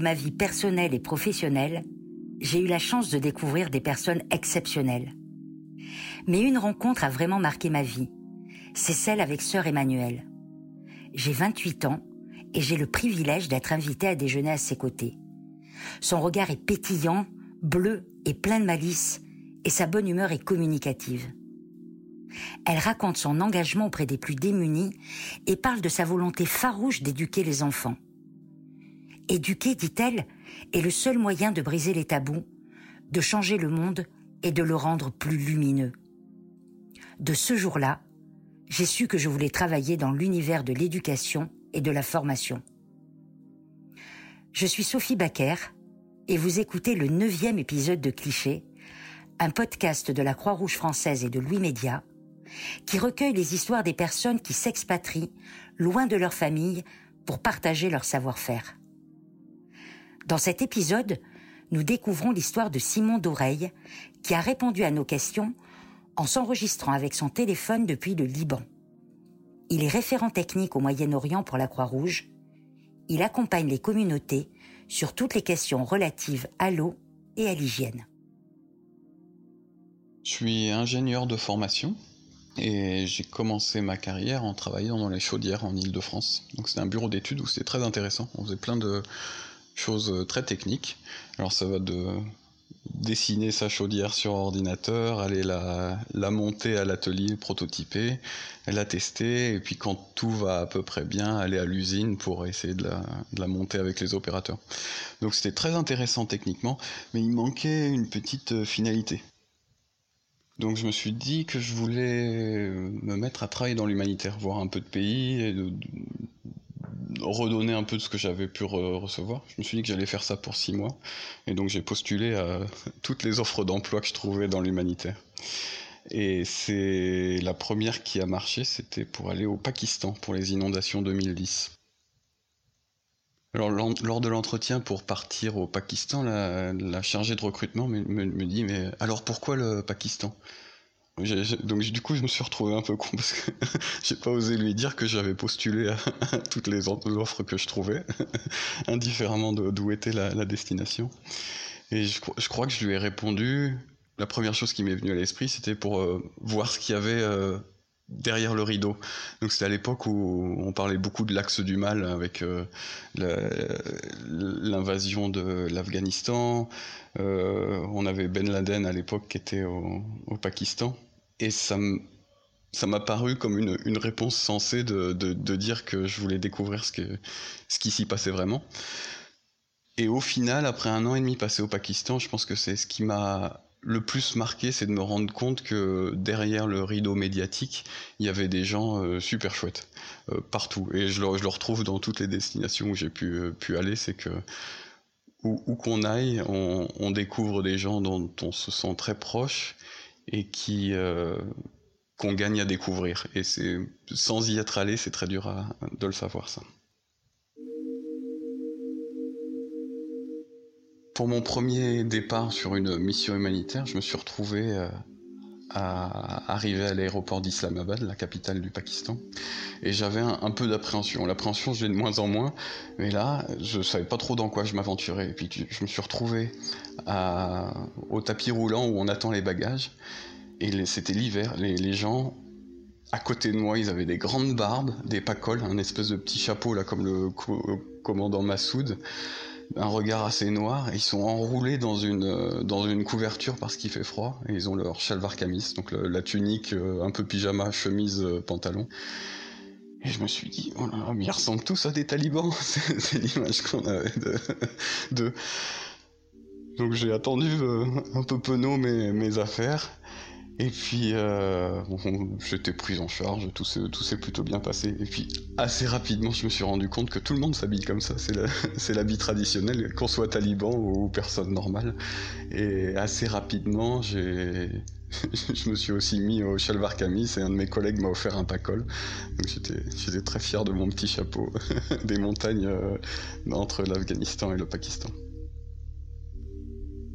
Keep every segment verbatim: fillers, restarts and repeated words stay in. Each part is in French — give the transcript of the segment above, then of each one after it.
ma vie personnelle et professionnelle, j'ai eu la chance de découvrir des personnes exceptionnelles. Mais une rencontre a vraiment marqué ma vie. C'est celle avec sœur Emmanuelle. J'ai vingt-huit ans et j'ai le privilège d'être invitée à déjeuner à ses côtés. Son regard est pétillant, bleu et plein de malice, et sa bonne humeur est communicative. Elle raconte son engagement auprès des plus démunis et parle de sa volonté farouche d'éduquer les enfants. Éduquer, dit-elle, est le seul moyen de briser les tabous, de changer le monde et de le rendre plus lumineux. De ce jour-là, j'ai su que je voulais travailler dans l'univers de l'éducation et de la formation. Je suis Sophie Baker et vous écoutez le neuvième épisode de Cliché, un podcast de la Croix-Rouge française et de Louis Média, qui recueille les histoires des personnes qui s'expatrient loin de leur famille pour partager leur savoir-faire. Dans cet épisode, nous découvrons l'histoire de Simon d'Oreille, qui a répondu à nos questions en s'enregistrant avec son téléphone depuis le Liban. Il est référent technique au Moyen-Orient pour la Croix-Rouge. Il accompagne les communautés sur toutes les questions relatives à l'eau et à l'hygiène. Je suis ingénieur de formation et j'ai commencé ma carrière en travaillant dans les chaudières en Île-de-France. Donc c'était un bureau d'études où c'était très intéressant. On faisait plein de choses très techniques. Alors ça va de dessiner sa chaudière sur ordinateur, aller la, la monter à l'atelier, prototyper, la tester, et puis quand tout va à peu près bien, aller à l'usine pour essayer de la, de la monter avec les opérateurs. Donc c'était très intéressant techniquement, mais il manquait une petite finalité. Donc je me suis dit que je voulais me mettre à travailler dans l'humanitaire, voir un peu de pays, et de, de, redonner un peu de ce que j'avais pu re- recevoir. Je me suis dit que j'allais faire ça pour six mois, et donc j'ai postulé à toutes les offres d'emploi que je trouvais dans l'humanitaire. Et c'est la première qui a marché, c'était pour aller au Pakistan, pour les inondations deux mille dix. Alors lors de l'entretien pour partir au Pakistan, la, la chargée de recrutement me, me, me dit « mais alors pourquoi le Pakistan ?» J'ai, j'ai, donc du coup je me suis retrouvé un peu con parce que j'ai pas osé lui dire que j'avais postulé à, à toutes les offres que je trouvais, indifféremment de, d'où était la, la destination. Et je, je crois que je lui ai répondu, la première chose qui m'est venue à l'esprit, c'était pour euh, voir ce qu'il y avait euh, derrière le rideau. Donc c'était à l'époque où on parlait beaucoup de l'axe du mal avec euh, la, l'invasion de l'Afghanistan. Euh, on avait Ben Laden à l'époque qui était au, au Pakistan. Et ça, m- ça m'a paru comme une, une réponse sensée de, de, de dire que je voulais découvrir ce, que, ce qui s'y passait vraiment. Et au final, après un an et demi passé au Pakistan, je pense que c'est ce qui m'a le plus marqué, c'est de me rendre compte que derrière le rideau médiatique, il y avait des gens euh, super chouettes, euh, partout. Et je le, je le retrouve dans toutes les destinations où j'ai pu, euh, pu aller, c'est que où, où qu'on aille, on, on découvre des gens dont on se sent très proche et qui euh, qu'on gagne à découvrir. Et c'est sans y être allé, c'est très dur à, de le savoir, ça. Pour mon premier départ sur une mission humanitaire, je me suis retrouvé euh, à arriver à l'aéroport d'Islamabad, la capitale du Pakistan, et j'avais un, un peu d'appréhension. L'appréhension, je l'ai de moins en moins, mais là, je savais pas trop dans quoi je m'aventurais. Et puis je me suis retrouvé à, au tapis roulant où on attend les bagages, et les, c'était l'hiver. Les, les gens à côté de moi, ils avaient des grandes barbes, des pacoles, un espèce de petit chapeau là comme le co- commandant Massoud, un regard assez noir, et ils sont enroulés dans une, euh, dans une couverture parce qu'il fait froid, et ils ont leur shalwar kameez, donc le, la tunique, euh, un peu pyjama, chemise, euh, pantalon. Et je me suis dit, oh là là, mais ils ressemblent tous à des talibans, c'est, c'est l'image qu'on avait de, de... Donc j'ai attendu euh, un peu penaud mes, mes affaires, et puis euh, bon, j'étais pris en charge, tout s'est, tout s'est plutôt bien passé. Et puis assez rapidement, je me suis rendu compte que tout le monde s'habille comme ça. C'est, la, c'est l'habit traditionnel, qu'on soit taliban ou personne normale. Et assez rapidement, j'ai, je me suis aussi mis au shalwar kameez et un de mes collègues m'a offert un pakol. Donc j'étais, j'étais très fier de mon petit chapeau des montagnes euh, entre l'Afghanistan et le Pakistan.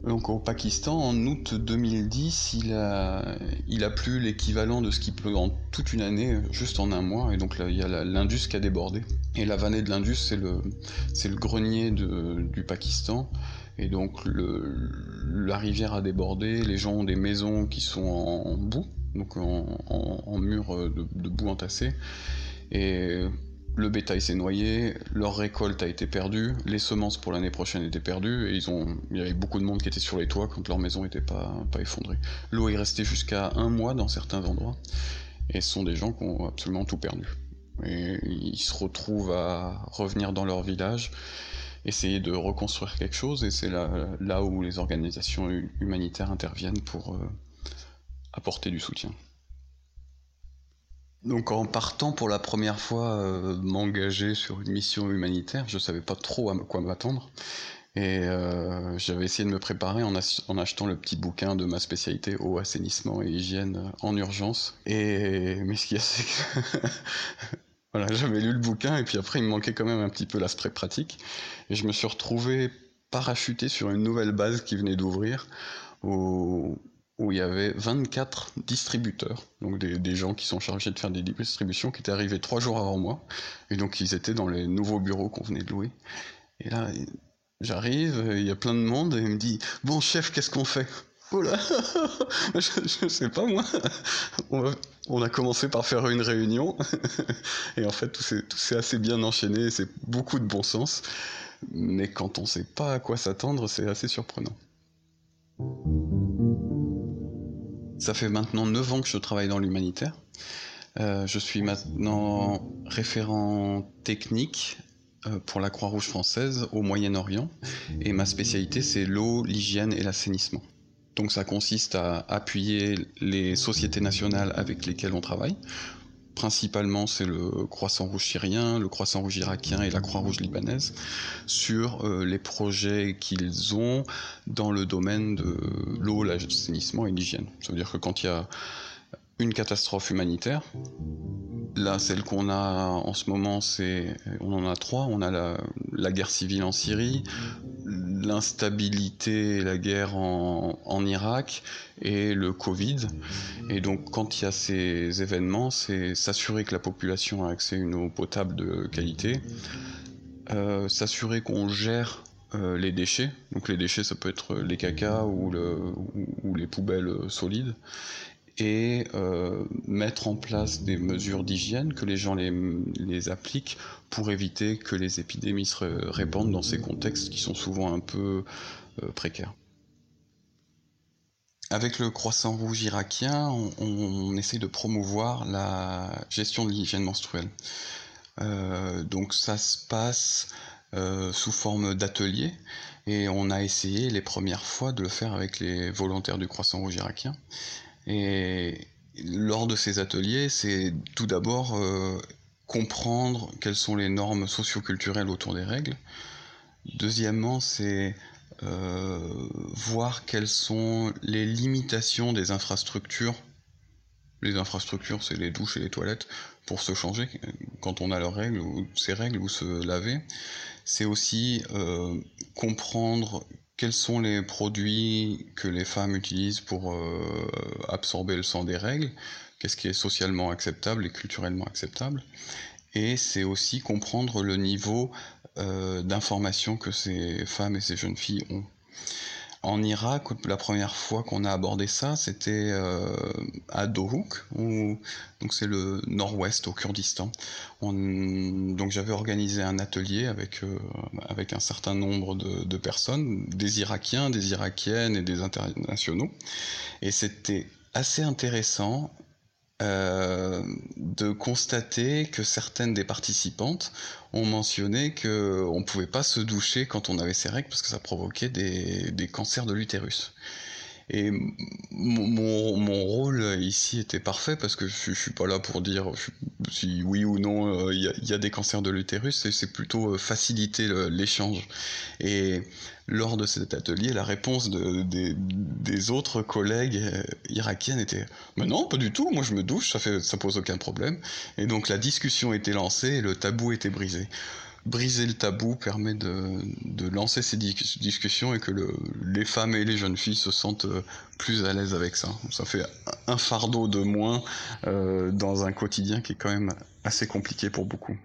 Donc au Pakistan, en août deux mille dix, il a, il a plu l'équivalent de ce qui pleut en toute une année, juste en un mois, et donc là il y a la- l'Indus qui a débordé. Et la vallée de l'Indus, c'est le, c'est le grenier de- du Pakistan, et donc le, la rivière a débordé, les gens ont des maisons qui sont en, en boue, donc en, en, en murs de, de boue entassés, et le bétail s'est noyé, leur récolte a été perdue, les semences pour l'année prochaine étaient perdues, et ils ont, il y avait beaucoup de monde qui était sur les toits quand leur maison n'était pas, pas effondrée. L'eau est restée jusqu'à un mois dans certains endroits, et ce sont des gens qui ont absolument tout perdu. Et ils se retrouvent à revenir dans leur village, essayer de reconstruire quelque chose, et c'est là, là où les organisations humanitaires interviennent pour euh, apporter du soutien. Donc en partant pour la première fois euh, m'engager sur une mission humanitaire, je savais pas trop à quoi m'attendre. Et euh, j'avais essayé de me préparer en, en, achetant le petit bouquin de ma spécialité eau, assainissement et hygiène en urgence. Et mais ce qu'il y a, c'est que voilà, j'avais lu le bouquin et puis après il me manquait quand même un petit peu l'aspect pratique. Et je me suis retrouvé parachuté sur une nouvelle base qui venait d'ouvrir, où, où il y avait vingt-quatre distributeurs, donc des, des gens qui sont chargés de faire des distributions, qui étaient arrivés trois jours avant moi, et donc ils étaient dans les nouveaux bureaux qu'on venait de louer. Et là, j'arrive, il y a plein de monde, et il me dit « Bon chef, qu'est-ce qu'on fait ?» Oh là, je, je sais pas moi. On, va, on a commencé par faire une réunion, et en fait tout s'est, tout s'est assez bien enchaîné, c'est beaucoup de bon sens, mais quand on sait pas à quoi s'attendre, c'est assez surprenant. Ça fait maintenant neuf ans que je travaille dans l'humanitaire. Euh, je suis maintenant référent technique euh, pour la Croix-Rouge française au Moyen-Orient, et ma spécialité c'est l'eau, l'hygiène et l'assainissement. Donc ça consiste à appuyer les sociétés nationales avec lesquelles on travaille. Principalement, c'est le Croissant-Rouge syrien, le Croissant-Rouge irakien et la Croix-Rouge libanaise, sur euh, les projets qu'ils ont dans le domaine de l'eau, l'assainissement et l'hygiène. Ça veut dire que quand il y a une catastrophe humanitaire, là, celle qu'on a en ce moment, c'est, on en a trois. On a la, la guerre civile en Syrie, l'instabilité et la guerre en, en Irak et le Covid. Et donc quand il y a ces événements, c'est s'assurer que la population a accès à une eau potable de qualité, euh, s'assurer qu'on gère euh, les déchets. Donc les déchets, ça peut être les cacas ou, le, ou, ou les poubelles solides, et euh, mettre en place des mesures d'hygiène, que les gens les, les appliquent pour éviter que les épidémies se répandent dans ces contextes qui sont souvent un peu euh, précaires. Avec le Croissant Rouge irakien, on, on essaie de promouvoir la gestion de l'hygiène menstruelle. Euh, donc ça se passe euh, sous forme d'ateliers, et on a essayé les premières fois de le faire avec les volontaires du Croissant Rouge irakien. Et lors de ces ateliers, c'est tout d'abord euh, comprendre quelles sont les normes socioculturelles autour des règles. Deuxièmement, c'est euh, voir quelles sont les limitations des infrastructures. Les infrastructures, c'est les douches et les toilettes, pour se changer quand on a leurs règles, ou ces règles, ou se laver. C'est aussi euh, comprendre quels sont les produits que les femmes utilisent pour euh, absorber le sang des règles, qu'est-ce qui est socialement acceptable et culturellement acceptable. Et c'est aussi comprendre le niveau euh, d'information que ces femmes et ces jeunes filles ont. En Irak, la première fois qu'on a abordé ça, c'était euh, à Dohuk, où, donc c'est le nord-ouest au Kurdistan. On, donc j'avais organisé un atelier avec, euh, avec un certain nombre de, de personnes, des Irakiens, des Irakiennes et des internationaux. Et c'était assez intéressant euh, de constater que certaines des participantes ont mentionné qu'on ne pouvait pas se doucher quand on avait ses règles parce que ça provoquait des, des cancers de l'utérus. Et mon, mon rôle ici était parfait parce que je, je suis pas là pour dire si oui ou non il euh, y, y a des cancers de l'utérus, c'est plutôt faciliter l'échange. Et lors de cet atelier, la réponse de, de, des autres collègues irakiennes était « Mais non, pas du tout, moi je me douche, ça, fait, ça pose aucun problème ». Et donc la discussion était lancée et le tabou était brisé. briser le tabou permet de, de lancer ces dis- discussions et que le, les femmes et les jeunes filles se sentent plus à l'aise avec ça. Ça fait un fardeau de moins euh, dans un quotidien qui est quand même assez compliqué pour beaucoup.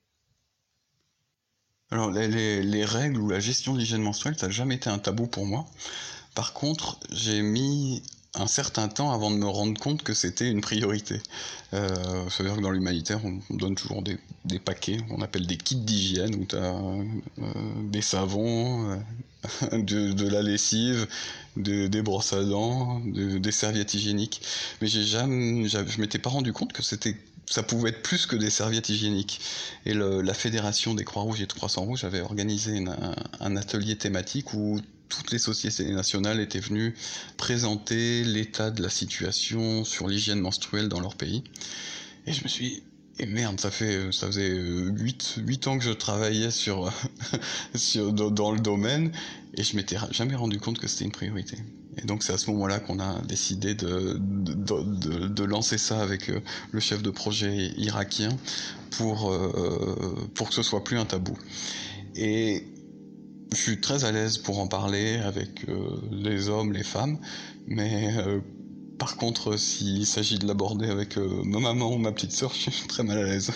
Alors les, les, les règles ou la gestion de l'hygiène menstruelle, ça n'a jamais été un tabou pour moi. Par contre, j'ai mis un certain temps avant de me rendre compte que c'était une priorité. Euh, C'est-à-dire que dans l'humanitaire, on, on donne toujours des, des paquets, on appelle des kits d'hygiène, où tu as euh, des savons, euh, de, de la lessive, de, des brosses à dents, de, des serviettes hygiéniques. Mais j'ai jamais, je m'étais pas rendu compte que c'était ça pouvait être plus que des serviettes hygiéniques. Et le, la Fédération des Croix-Rouges et de Croissants-Rouges avait organisé une, un, un atelier thématique où toutes les sociétés nationales étaient venues présenter l'état de la situation sur l'hygiène menstruelle dans leur pays. Et je me suis dit, et merde, ça fait ça faisait huit ans que je travaillais sur, sur dans, dans le domaine et je m'étais jamais rendu compte que c'était une priorité. Et donc c'est à ce moment-là qu'on a décidé de, de, de, de lancer ça avec le chef de projet irakien pour, euh, pour que ce soit plus un tabou. Et je suis très à l'aise pour en parler avec euh, les hommes, les femmes, mais euh, par contre, s'il s'agit de l'aborder avec euh, ma maman ou ma petite sœur, je suis très mal à l'aise.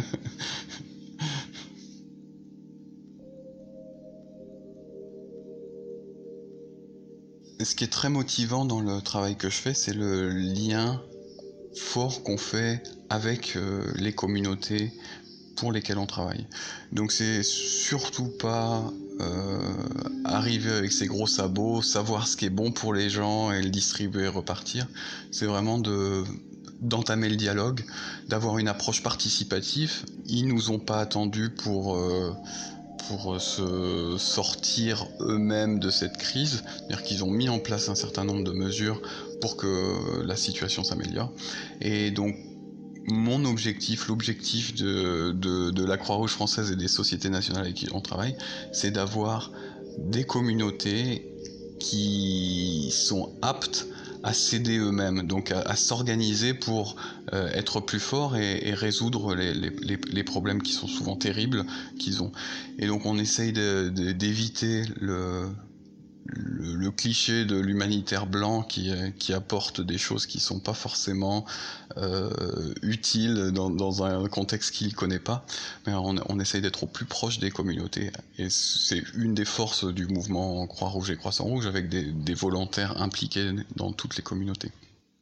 Ce qui est très motivant dans le travail que je fais, c'est le lien fort qu'on fait avec euh, les communautés pour lesquelles on travaille. Donc c'est surtout pas euh, arriver avec ses gros sabots, savoir ce qui est bon pour les gens et le distribuer et repartir. C'est vraiment de d'entamer le dialogue, d'avoir une approche participative. Ils nous ont pas attendus pour euh, pour se sortir eux-mêmes de cette crise, c'est-à-dire qu'ils ont mis en place un certain nombre de mesures pour que la situation s'améliore. Et donc mon objectif, l'objectif de, de, de la Croix-Rouge française et des sociétés nationales avec qui on travaille, c'est d'avoir des communautés qui sont aptes à s'aider eux-mêmes, donc à, à s'organiser pour euh, être plus forts et, et résoudre les, les, les problèmes qui sont souvent terribles qu'ils ont. Et donc on essaye de, de, d'éviter le, le, le cliché de l'humanitaire blanc qui, qui apporte des choses qui sont pas forcément euh, utiles dans, dans un contexte qu'il connaît pas, mais on, on essaye d'être au plus proche des communautés. Et c'est une des forces du mouvement Croix-Rouge et Croissant-Rouge, avec des, des volontaires impliqués dans toutes les communautés.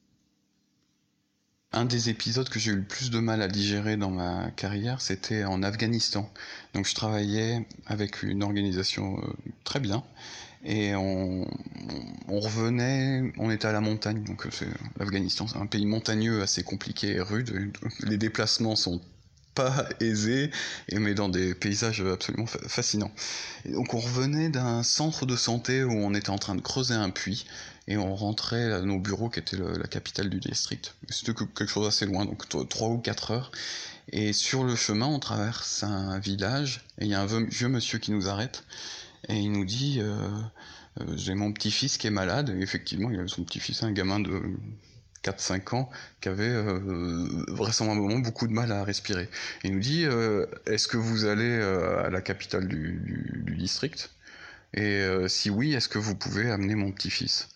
Un des épisodes que j'ai eu le plus de mal à digérer dans ma carrière, c'était en Afghanistan. Donc je travaillais avec une organisation euh, très bien, et on, on revenait, on était à la montagne, donc c'est, l'Afghanistan c'est un pays montagneux assez compliqué et rude, les déplacements sont pas aisés, mais dans des paysages absolument fascinants. Et donc on revenait d'un centre de santé où on était en train de creuser un puits, et on rentrait à nos bureaux qui était le, la capitale du district. C'était quelque chose assez loin, donc trois ou quatre heures. Et sur le chemin, on traverse un village, et il y a un vieux monsieur qui nous arrête, et il nous dit euh, euh, j'ai mon petit-fils qui est malade. Et effectivement, il avait son petit-fils, un gamin de quatre cinq ans, qui avait euh, vraisemblablement beaucoup de mal à respirer. Et il nous dit euh, est-ce que vous allez euh, à la capitale du, du, du district, et euh, si oui, est-ce que vous pouvez amener mon petit-fils?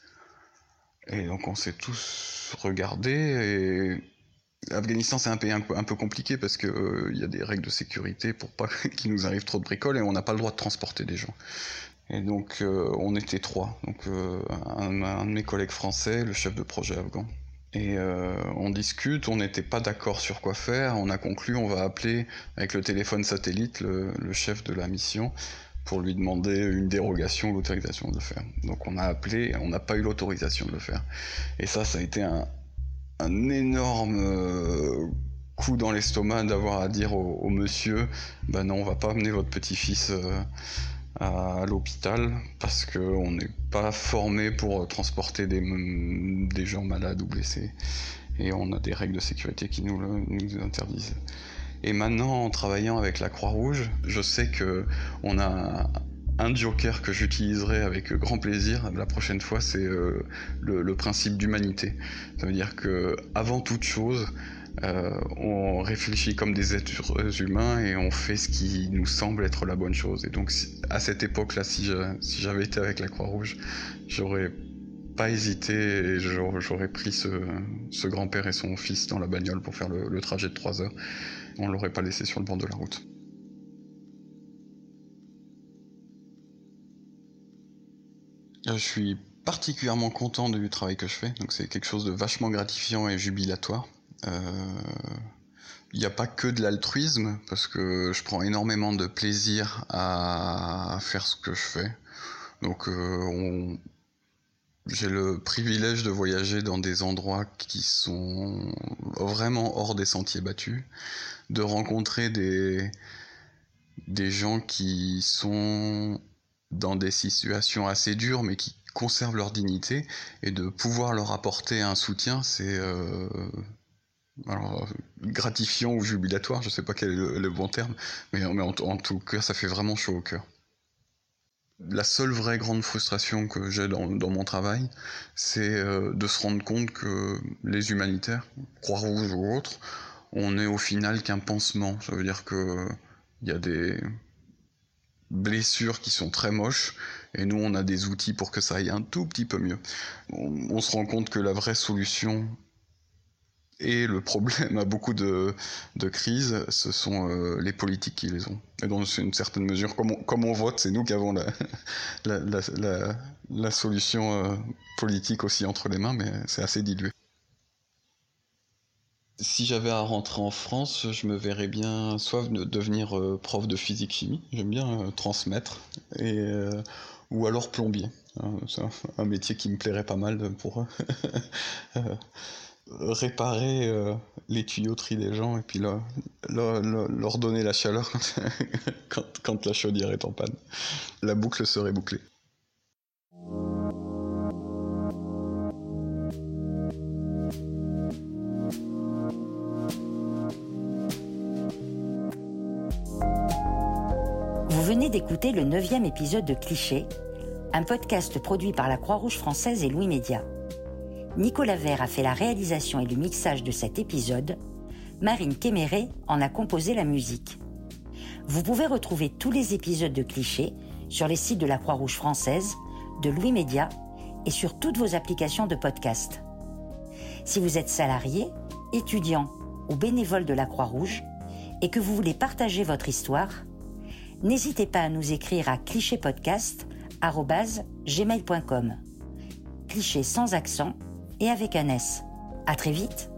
Et donc on s'est tous regardés, et Afghanistan c'est un pays un peu, un peu compliqué parce qu'il euh, y a des règles de sécurité pour pas qu'il nous arrive trop de bricoles, et on n'a pas le droit de transporter des gens. Et donc euh, on était trois, donc euh, un, un de mes collègues français, le chef de projet afghan. Et euh, on discute, on n'était pas d'accord sur quoi faire, on a conclu on va appeler avec le téléphone satellite le, le chef de la mission pour lui demander une dérogation, l'autorisation de le faire. Donc on a appelé, on n'a pas eu l'autorisation de le faire. Et ça, ça a été un, un énorme euh, coup dans l'estomac d'avoir à dire au, au monsieur, bah non, on va pas amener votre petit-fils euh, à, à l'hôpital parce qu'on n'est pas formé pour transporter des, des gens malades ou blessés. Et on a des règles de sécurité qui nous, le, nous interdisent. Et maintenant, en travaillant avec la Croix-Rouge, je sais que on a un joker que j'utiliserai avec grand plaisir la prochaine fois, c'est euh, le, le principe d'humanité. Ça veut dire que, avant toute chose, Euh, on réfléchit comme des êtres humains et on fait ce qui nous semble être la bonne chose. Et donc si, à cette époque-là, si, je, si j'avais été avec la Croix-Rouge, j'aurais pas hésité et j'aurais, j'aurais pris ce, ce grand-père et son fils dans la bagnole pour faire le, le trajet de trois heures. On l'aurait pas laissé sur le bord de la route. Je suis particulièrement content du travail que je fais, donc c'est quelque chose de vachement gratifiant et jubilatoire. Il euh, n'y a pas que de l'altruisme, parce que je prends énormément de plaisir à, à faire ce que je fais. Donc euh, on... j'ai le privilège de voyager dans des endroits qui sont vraiment hors des sentiers battus, de rencontrer des, des gens qui sont dans des situations assez dures, mais qui conservent leur dignité, et de pouvoir leur apporter un soutien, c'est... Euh... Alors, gratifiant ou jubilatoire, je sais pas quel est le, le bon terme, mais, mais en, en tout cas, ça fait vraiment chaud au cœur. La seule vraie grande frustration que j'ai dans, dans mon travail, c'est euh, de se rendre compte que les humanitaires, Croix-Rouge ou autres, on est au final qu'un pansement. Ça veut dire que il y a des blessures qui sont très moches, et nous on a des outils pour que ça aille un tout petit peu mieux. On, on se rend compte que la vraie solution, et le problème à beaucoup de, de crises, ce sont euh, les politiques qui les ont. Et dans une certaine mesure, comme on, comme on vote, c'est nous qui avons la, la, la, la, la solution euh, politique aussi entre les mains, mais c'est assez dilué. Si j'avais à rentrer en France, je me verrais bien soit devenir euh, prof de physique-chimie, j'aime bien euh, transmettre, et, euh, ou alors plombier. Hein, c'est un, un métier qui me plairait pas mal pour... euh, réparer euh, les tuyauteries des gens et puis là, là, là, leur donner la chaleur quand, quand, quand la chaudière est en panne. La boucle serait bouclée. Vous venez d'écouter le neuvième épisode de Cliché, un podcast produit par la Croix-Rouge française et Louis Média. Nicolas Vert a fait la réalisation et le mixage de cet épisode. Marine Kéméré en a composé la musique. Vous pouvez retrouver tous les épisodes de Cliché sur les sites de la Croix-Rouge française, de Louis Média et sur toutes vos applications de podcast. Si vous êtes salarié, étudiant ou bénévole de la Croix-Rouge et que vous voulez partager votre histoire, n'hésitez pas à nous écrire à clichépodcast arobase gmail point com. Cliché sans accent et avec un S. À très vite.